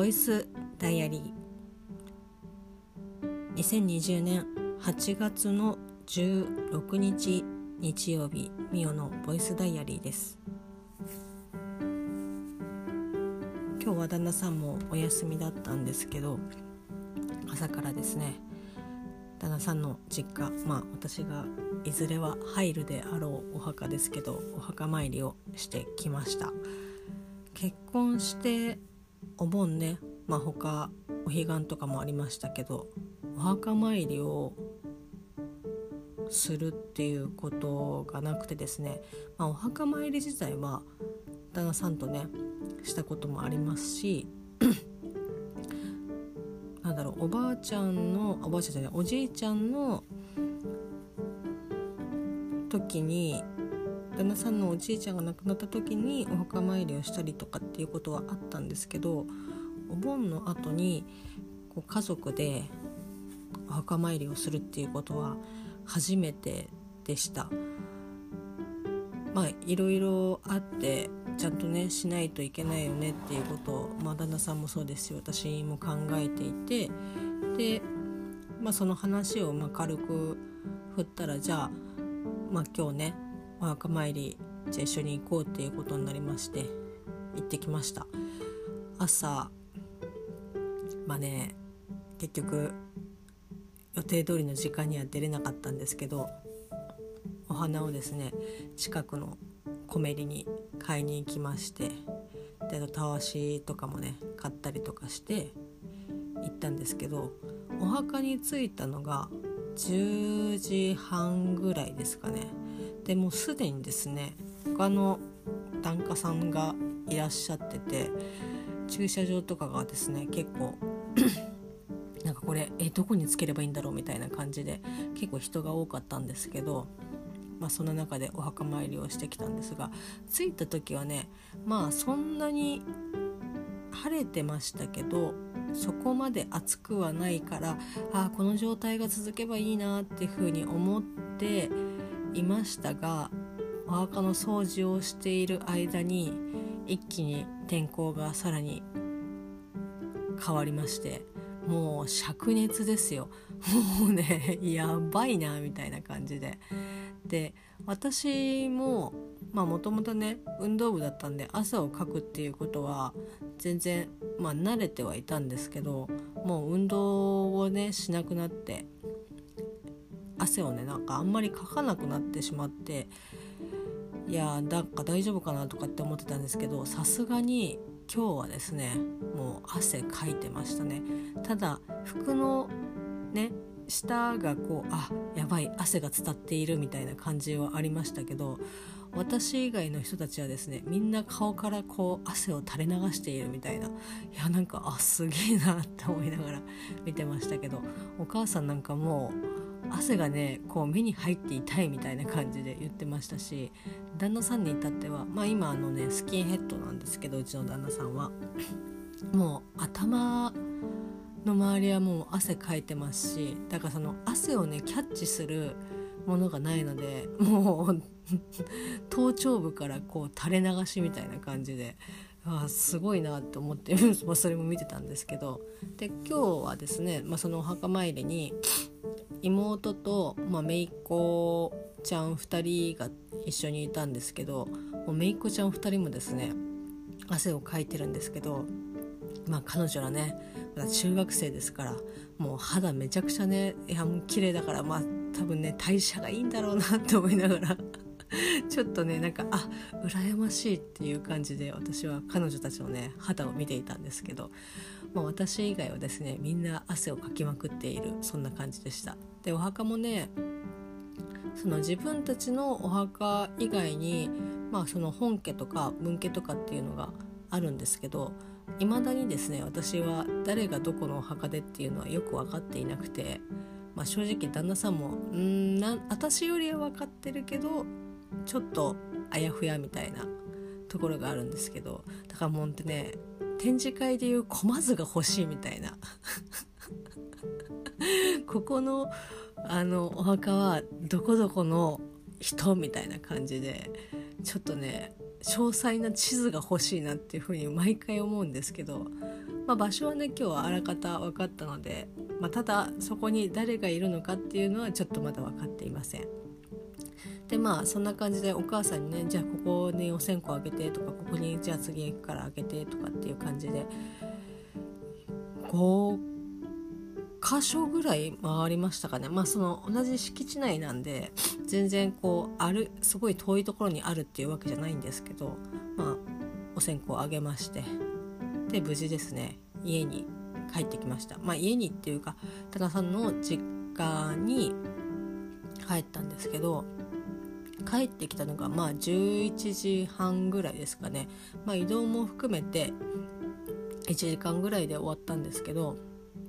ボイスダイアリー。2020年8月の16日日曜日、ミオのボイスダイアリーです。今日は旦那さんもお休みだったんですけど、朝からですね、旦那さんの実家、私がいずれは入るであろうお墓ですけど、お墓参りをしてきました。結婚してお盆ね、他お彼岸とかもありましたけど、お墓参りをするっていうことがなくてですね、お墓参り自体は旦那さんとねしたこともありますしおじいちゃんの時に、旦那さんのおじいちゃんが亡くなった時にお墓参りをしたりとかっていうことはあったんですけど、お盆の後に家族でお墓参りをするっていうことは初めてでした。いろいろあってちゃんとねしないといけないよねっていうことを、旦那さんもそうですよ、私も考えていて、で、その話を軽く振ったら、じゃあ、今日ねお墓参りじゃあ一緒に行こうっていうことになりまして、行ってきました。朝結局予定通りの時間には出れなかったんですけど、お花をですね近くのコメリに買いに行きまして、でたわしとかもね買ったりとかして行ったんですけど、お墓に着いたのが10時半ぐらいですかね。でもうすでにですね他の檀家さんがいらっしゃってて、駐車場とかがですね結構これどこにつければいいんだろうみたいな感じで結構人が多かったんですけど、その中でお墓参りをしてきたんですが、着いた時はねそんなに晴れてましたけど、そこまで暑くはないから、この状態が続けばいいなっていうふうに思っていましたが、お墓の掃除をしている間に一気に天候がさらに変わりまして、もう灼熱ですよ。もうねやばいなみたいな感じで、私ももともとね運動部だったんで汗をかくっていうことは全然慣れてはいたんですけど、もう運動をねしなくなって汗をねあんまりかかなくなってしまって、大丈夫かなとかって思ってたんですけど、さすがに今日はですねもう汗かいてましたね。ただ服のね下がやばい汗が伝っているみたいな感じはありましたけど、私以外の人たちはですねみんな顔から汗を垂れ流しているみたいな、すげえなって思いながら見てましたけど、お母さんなんかもう汗がね目に入って痛いみたいな感じで言ってましたし、旦那さんに至っては今スキンヘッドなんですけど、うちの旦那さんはもう頭の周りはもう汗かいてますし、だからその汗をねキャッチするものがないので、もう頭頂部から垂れ流しみたいな感じで、すごいなと思ってそれも見てたんですけど、で今日はですね、そのお墓参りに妹と、姪っ子ちゃん2人が一緒にいたんですけど、もう姪っ子ちゃん2人もですね汗をかいてるんですけど、彼女らねまだ中学生ですから、もう肌めちゃくちゃねもう綺麗だから、多分ね代謝がいいんだろうなって思いながらちょっとね羨ましいっていう感じで私は彼女たちのね肌を見ていたんですけど、私以外はですねみんな汗をかきまくっている、そんな感じでした。でお墓もねその自分たちのお墓以外に、その本家とか分家とかっていうのがあるんですけど、未だにですね私は誰がどこのお墓でっていうのはよく分かっていなくて、正直旦那さんも私よりは分かってるけどちょっとあやふやみたいなところがあるんですけど、だからもうね展示会でいうコマ図が欲しいみたいなここのお墓はどこどこの人みたいな感じで、ちょっとね詳細な地図が欲しいなっていうふうに毎回思うんですけど、 場所はね今日はあらかた分かったので、ただそこに誰がいるのかっていうのはちょっとまだ分かっていません。でそんな感じでお母さんにね、じゃあここにお線香あげてとか、ここにじゃあ次行くからあげてとかっていう感じで5箇所ぐらい回りましたかね。その同じ敷地内なんで全然すごい遠いところにあるっていうわけじゃないんですけど、お線香あげまして、で無事ですね家に帰ってきました。家にっていうか旦那さんの実家に帰ったんですけど、帰ってきたのが11時半ぐらいですかね。移動も含めて1時間ぐらいで終わったんですけど、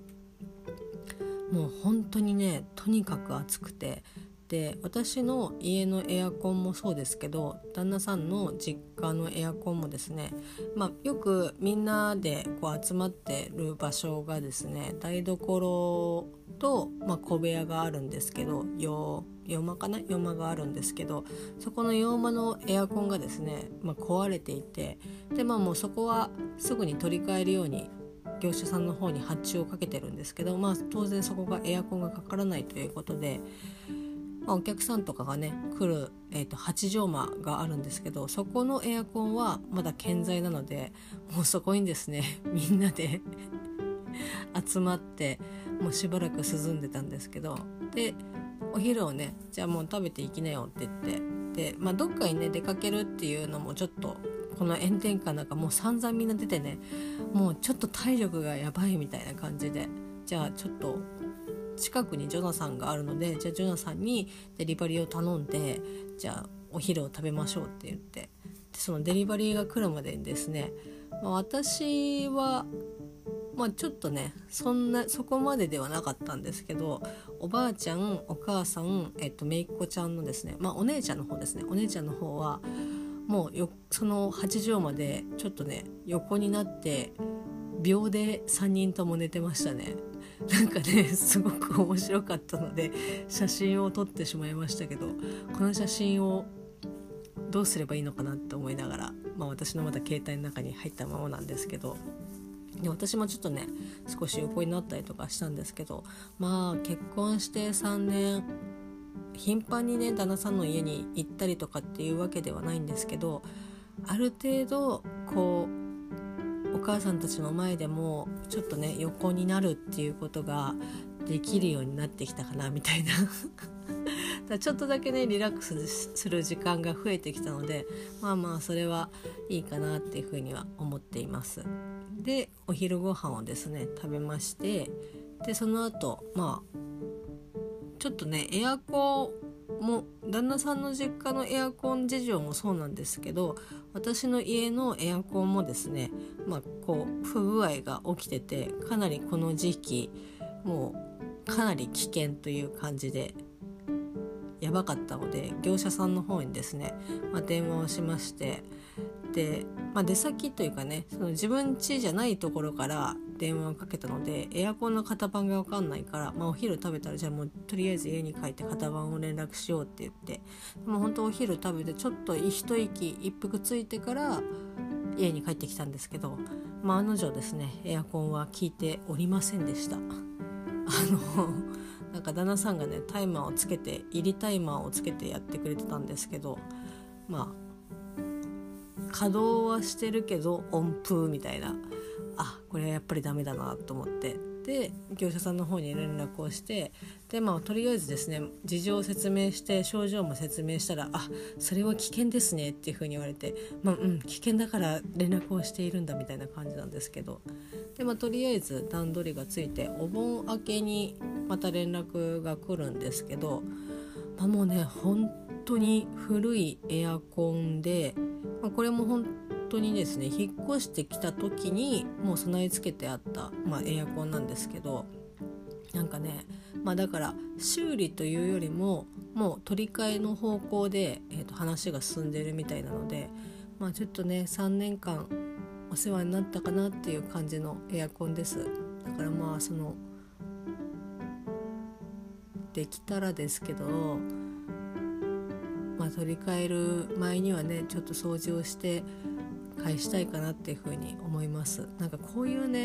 もう本当にねとにかく暑くて、で私の家のエアコンもそうですけど、旦那さんの実家のエアコンもですね、よくみんなで集まってる場所がですね、台所と、小部屋があるんですけど、洋間があるんですけど、そこの洋間のエアコンがですね、壊れていて、でもうそこはすぐに取り替えるように業者さんの方に発注をかけてるんですけど、当然そこがエアコンがかからないということで、お客さんとかがね来る、8畳間があるんですけど、そこのエアコンはまだ健在なので、もうそこにですねみんなで集まってもうしばらく涼んでたんですけど、でお昼をね、じゃあもう食べていきなよって言って、で、どっかにね出かけるっていうのもちょっとこの炎天下なんかもう散々みんな出てね、もうちょっと体力がやばいみたいな感じで、じゃあちょっと近くにジョナサンがあるので、じゃあジョナサンにデリバリーを頼んで、じゃあお昼を食べましょうって言って、でそのデリバリーが来るまでにですね、私はちょっとねそこまでではなかったんですけど、おばあちゃん、お母さん、姪っ子ちゃんのですね、お姉ちゃんの方ですね、お姉ちゃんの方はもうその8畳までちょっとね横になって秒で3人とも寝てましたね。なんかねすごく面白かったので写真を撮ってしまいましたけど、この写真をどうすればいいのかなって思いながら、私のまだ携帯の中に入ったままなんですけど、で私もちょっとね少し横になったりとかしたんですけど、結婚して3年頻繁にね旦那さんの家に行ったりとかっていうわけではないんですけど、ある程度お母さんたちの前でもちょっとね横になるっていうことができるようになってきたかなみたいなだちょっとだけねリラックスする時間が増えてきたので、それはいいかなっていうふうには思っています。でお昼ご飯をですね食べまして、でその後ちょっとねエアコンも旦那さんの実家のエアコン事情もそうなんですけど、私の家のエアコンもですね不具合が起きてて、かなりこの時期もうかなり危険という感じでやばかったので、業者さんの方にですね、電話をしまして、で、出先というかねその自分家じゃないところから電話をかけたので、エアコンの型番が分かんないから、お昼食べたらじゃあもうとりあえず家に帰って型番を連絡しようって言って、もう本当お昼食べてちょっと一息一服ついてから家に帰ってきたんですけど、案の定ですねエアコンは効いておりませんでした。なんか旦那さんがねタイマーをつけて入りタイマーをつけてやってくれてたんですけど、稼働はしてるけど温風みたいな、これはやっぱりダメだなと思って、で業者さんの方に連絡をして、でとりあえずですね事情を説明して症状も説明したら、それは危険ですねっていう風に言われて、危険だから連絡をしているんだみたいな感じなんですけど、でとりあえず段取りがついてお盆明けにまた連絡が来るんですけど、もうね本当に古いエアコンで、これも本当にですね引っ越してきた時にもう備え付けてあった、エアコンなんですけど、なんかねだから修理というよりももう取り替えの方向で、話が進んでいるみたいなので、ちょっとね3年間お世話になったかなっていう感じのエアコンです。だからそのできたらですけど、取り替える前にはねちょっと掃除をして返したいかなっていうふうに思います。なんかこういうね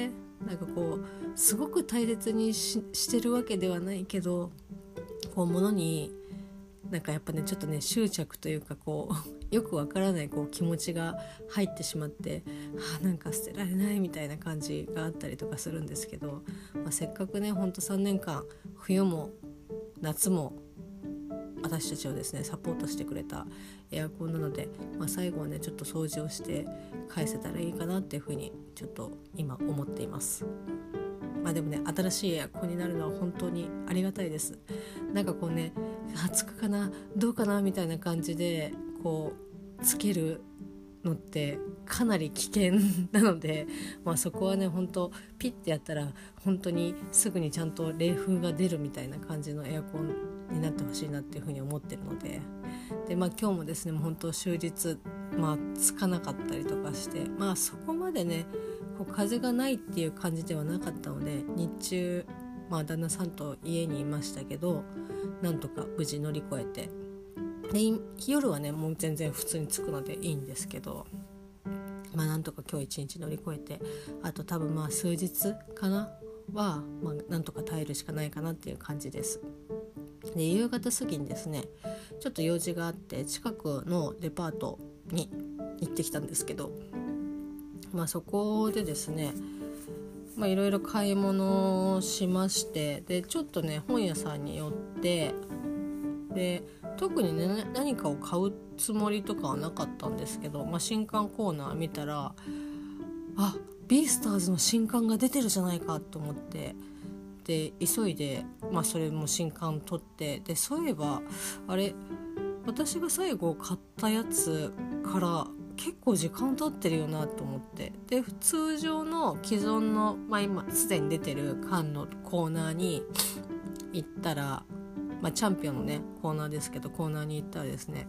なんかこうすごく大切に してるわけではないけど、こう物になんかやっぱねちょっとね執着というかこうよくわからないこう気持ちが入ってしまって、なんか捨てられないみたいな感じがあったりとかするんですけど、せっかくねほんと3年間冬も夏も私たちをですねサポートしてくれたエアコンなので、最後はねちょっと掃除をして返せたらいいかなっていうふうにちょっと今思っています。でもね新しいエアコンになるのは本当にありがたいです。なんかこうねつくかなどうかなみたいな感じでこうつけるのってかなり危険なので、そこはね本当ピッてやったら本当にすぐにちゃんと冷風が出るみたいな感じのエアコンになってほしいなっていうふうに思ってるので、今日もですねもう本当終日つかなかったりとかして、そこまでねこう風がないっていう感じではなかったので、日中旦那さんと家にいましたけどなんとか無事乗り越えて、で夜はねもう全然普通に着くのでいいんですけど、なんとか今日一日乗り越えて、あと多分数日かなは、なんとか耐えるしかないかなっていう感じです。で夕方過ぎにですねちょっと用事があって近くのデパートに行ってきたんですけど、そこでですねいろいろ買い物をしまして、でちょっとね本屋さんに寄って、で特にね何かを買うつもりとかはなかったんですけど、新刊コーナー見たらビースターズの新刊が出てるじゃないかと思って、で急いで、それも新刊取って、でそういえばあれ私が最後買ったやつから結構時間経ってるよなと思って、で通常の既存の、今すでに出てる缶のコーナーに行ったら、チャンピオンのねコーナーですけど、コーナーに行ったらですね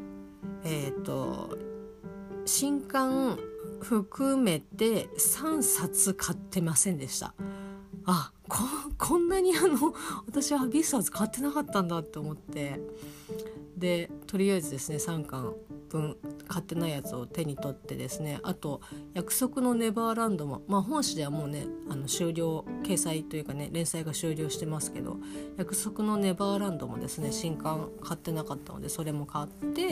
新刊含めて3冊買ってませんでした。こんなに私はビースターズ買ってなかったんだって思って、でとりあえずですね3巻分買ってないやつを手に取ってですね、あと約束のネバーランドも、本誌ではもうね終了掲載というかね連載が終了してますけど、約束のネバーランドもですね新刊買ってなかったのでそれも買って、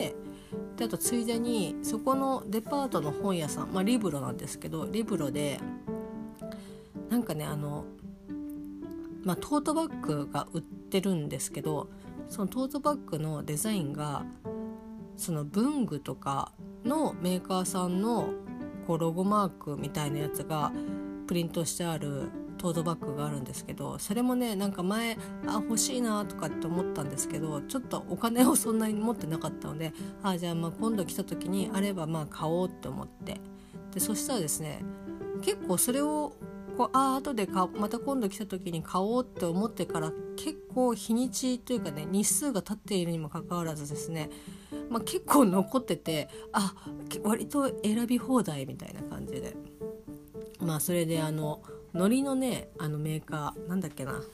であとついでにそこのデパートの本屋さん、リブロなんですけど、リブロでなんかねトートバッグが売ってるんですけど、そのトートバッグのデザインがその文具とかのメーカーさんのこうロゴマークみたいなやつがプリントしてあるトートバッグがあるんですけど、それもねなんか前欲しいなとかって思ったんですけど、ちょっとお金をそんなに持ってなかったので、じゃあ今度来た時にあれば買おうって思って、でそしたらですね結構それを後でまた今度来た時に買おうって思ってから結構日にちというかね日数が経っているにもかかわらずですね、結構残ってて割と選び放題みたいな感じで、それでのりのねメーカーなんだっけな、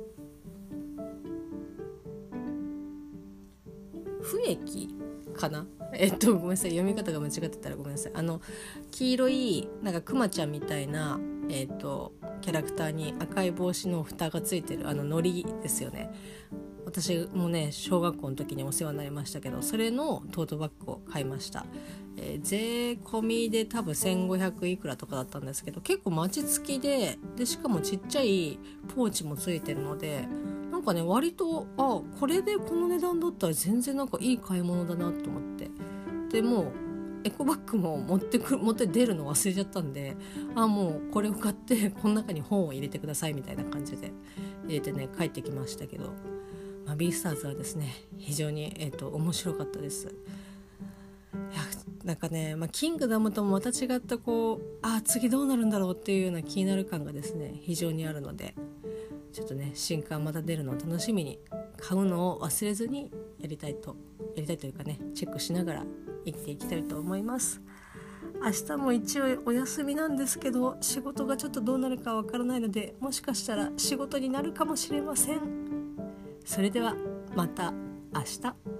不液かな、ごめんなさい読み方が間違ってたらごめんなさい。黄色いなんかクマちゃんみたいなキャラクターに赤い帽子の蓋がついてるのりですよね。私もね小学校の時にお世話になりましたけど、それのトートバッグを買いました。税込みで多分1500いくらとかだったんですけど、結構マチ付きでしかもちっちゃいポーチもついてるので、なんかね割とこれでこの値段だったら全然なんかいい買い物だなと思って、でもうエコバッグも持って出るの忘れちゃったんで、もうこれを買ってこの中に本を入れてくださいみたいな感じで入れてね帰ってきましたけど、ビースターズはですね非常に、面白かったです。いやなんかね、キングダムともまた違った次どうなるんだろうっていうような気になる感がですね非常にあるので、ちょっとね新刊また出るのを楽しみに買うのを忘れずにやりたいというかねチェックしながら生きていきたいと思います。明日も一応お休みなんですけど、仕事がちょっとどうなるかわからないので、もしかしたら仕事になるかもしれません。それではまた明日。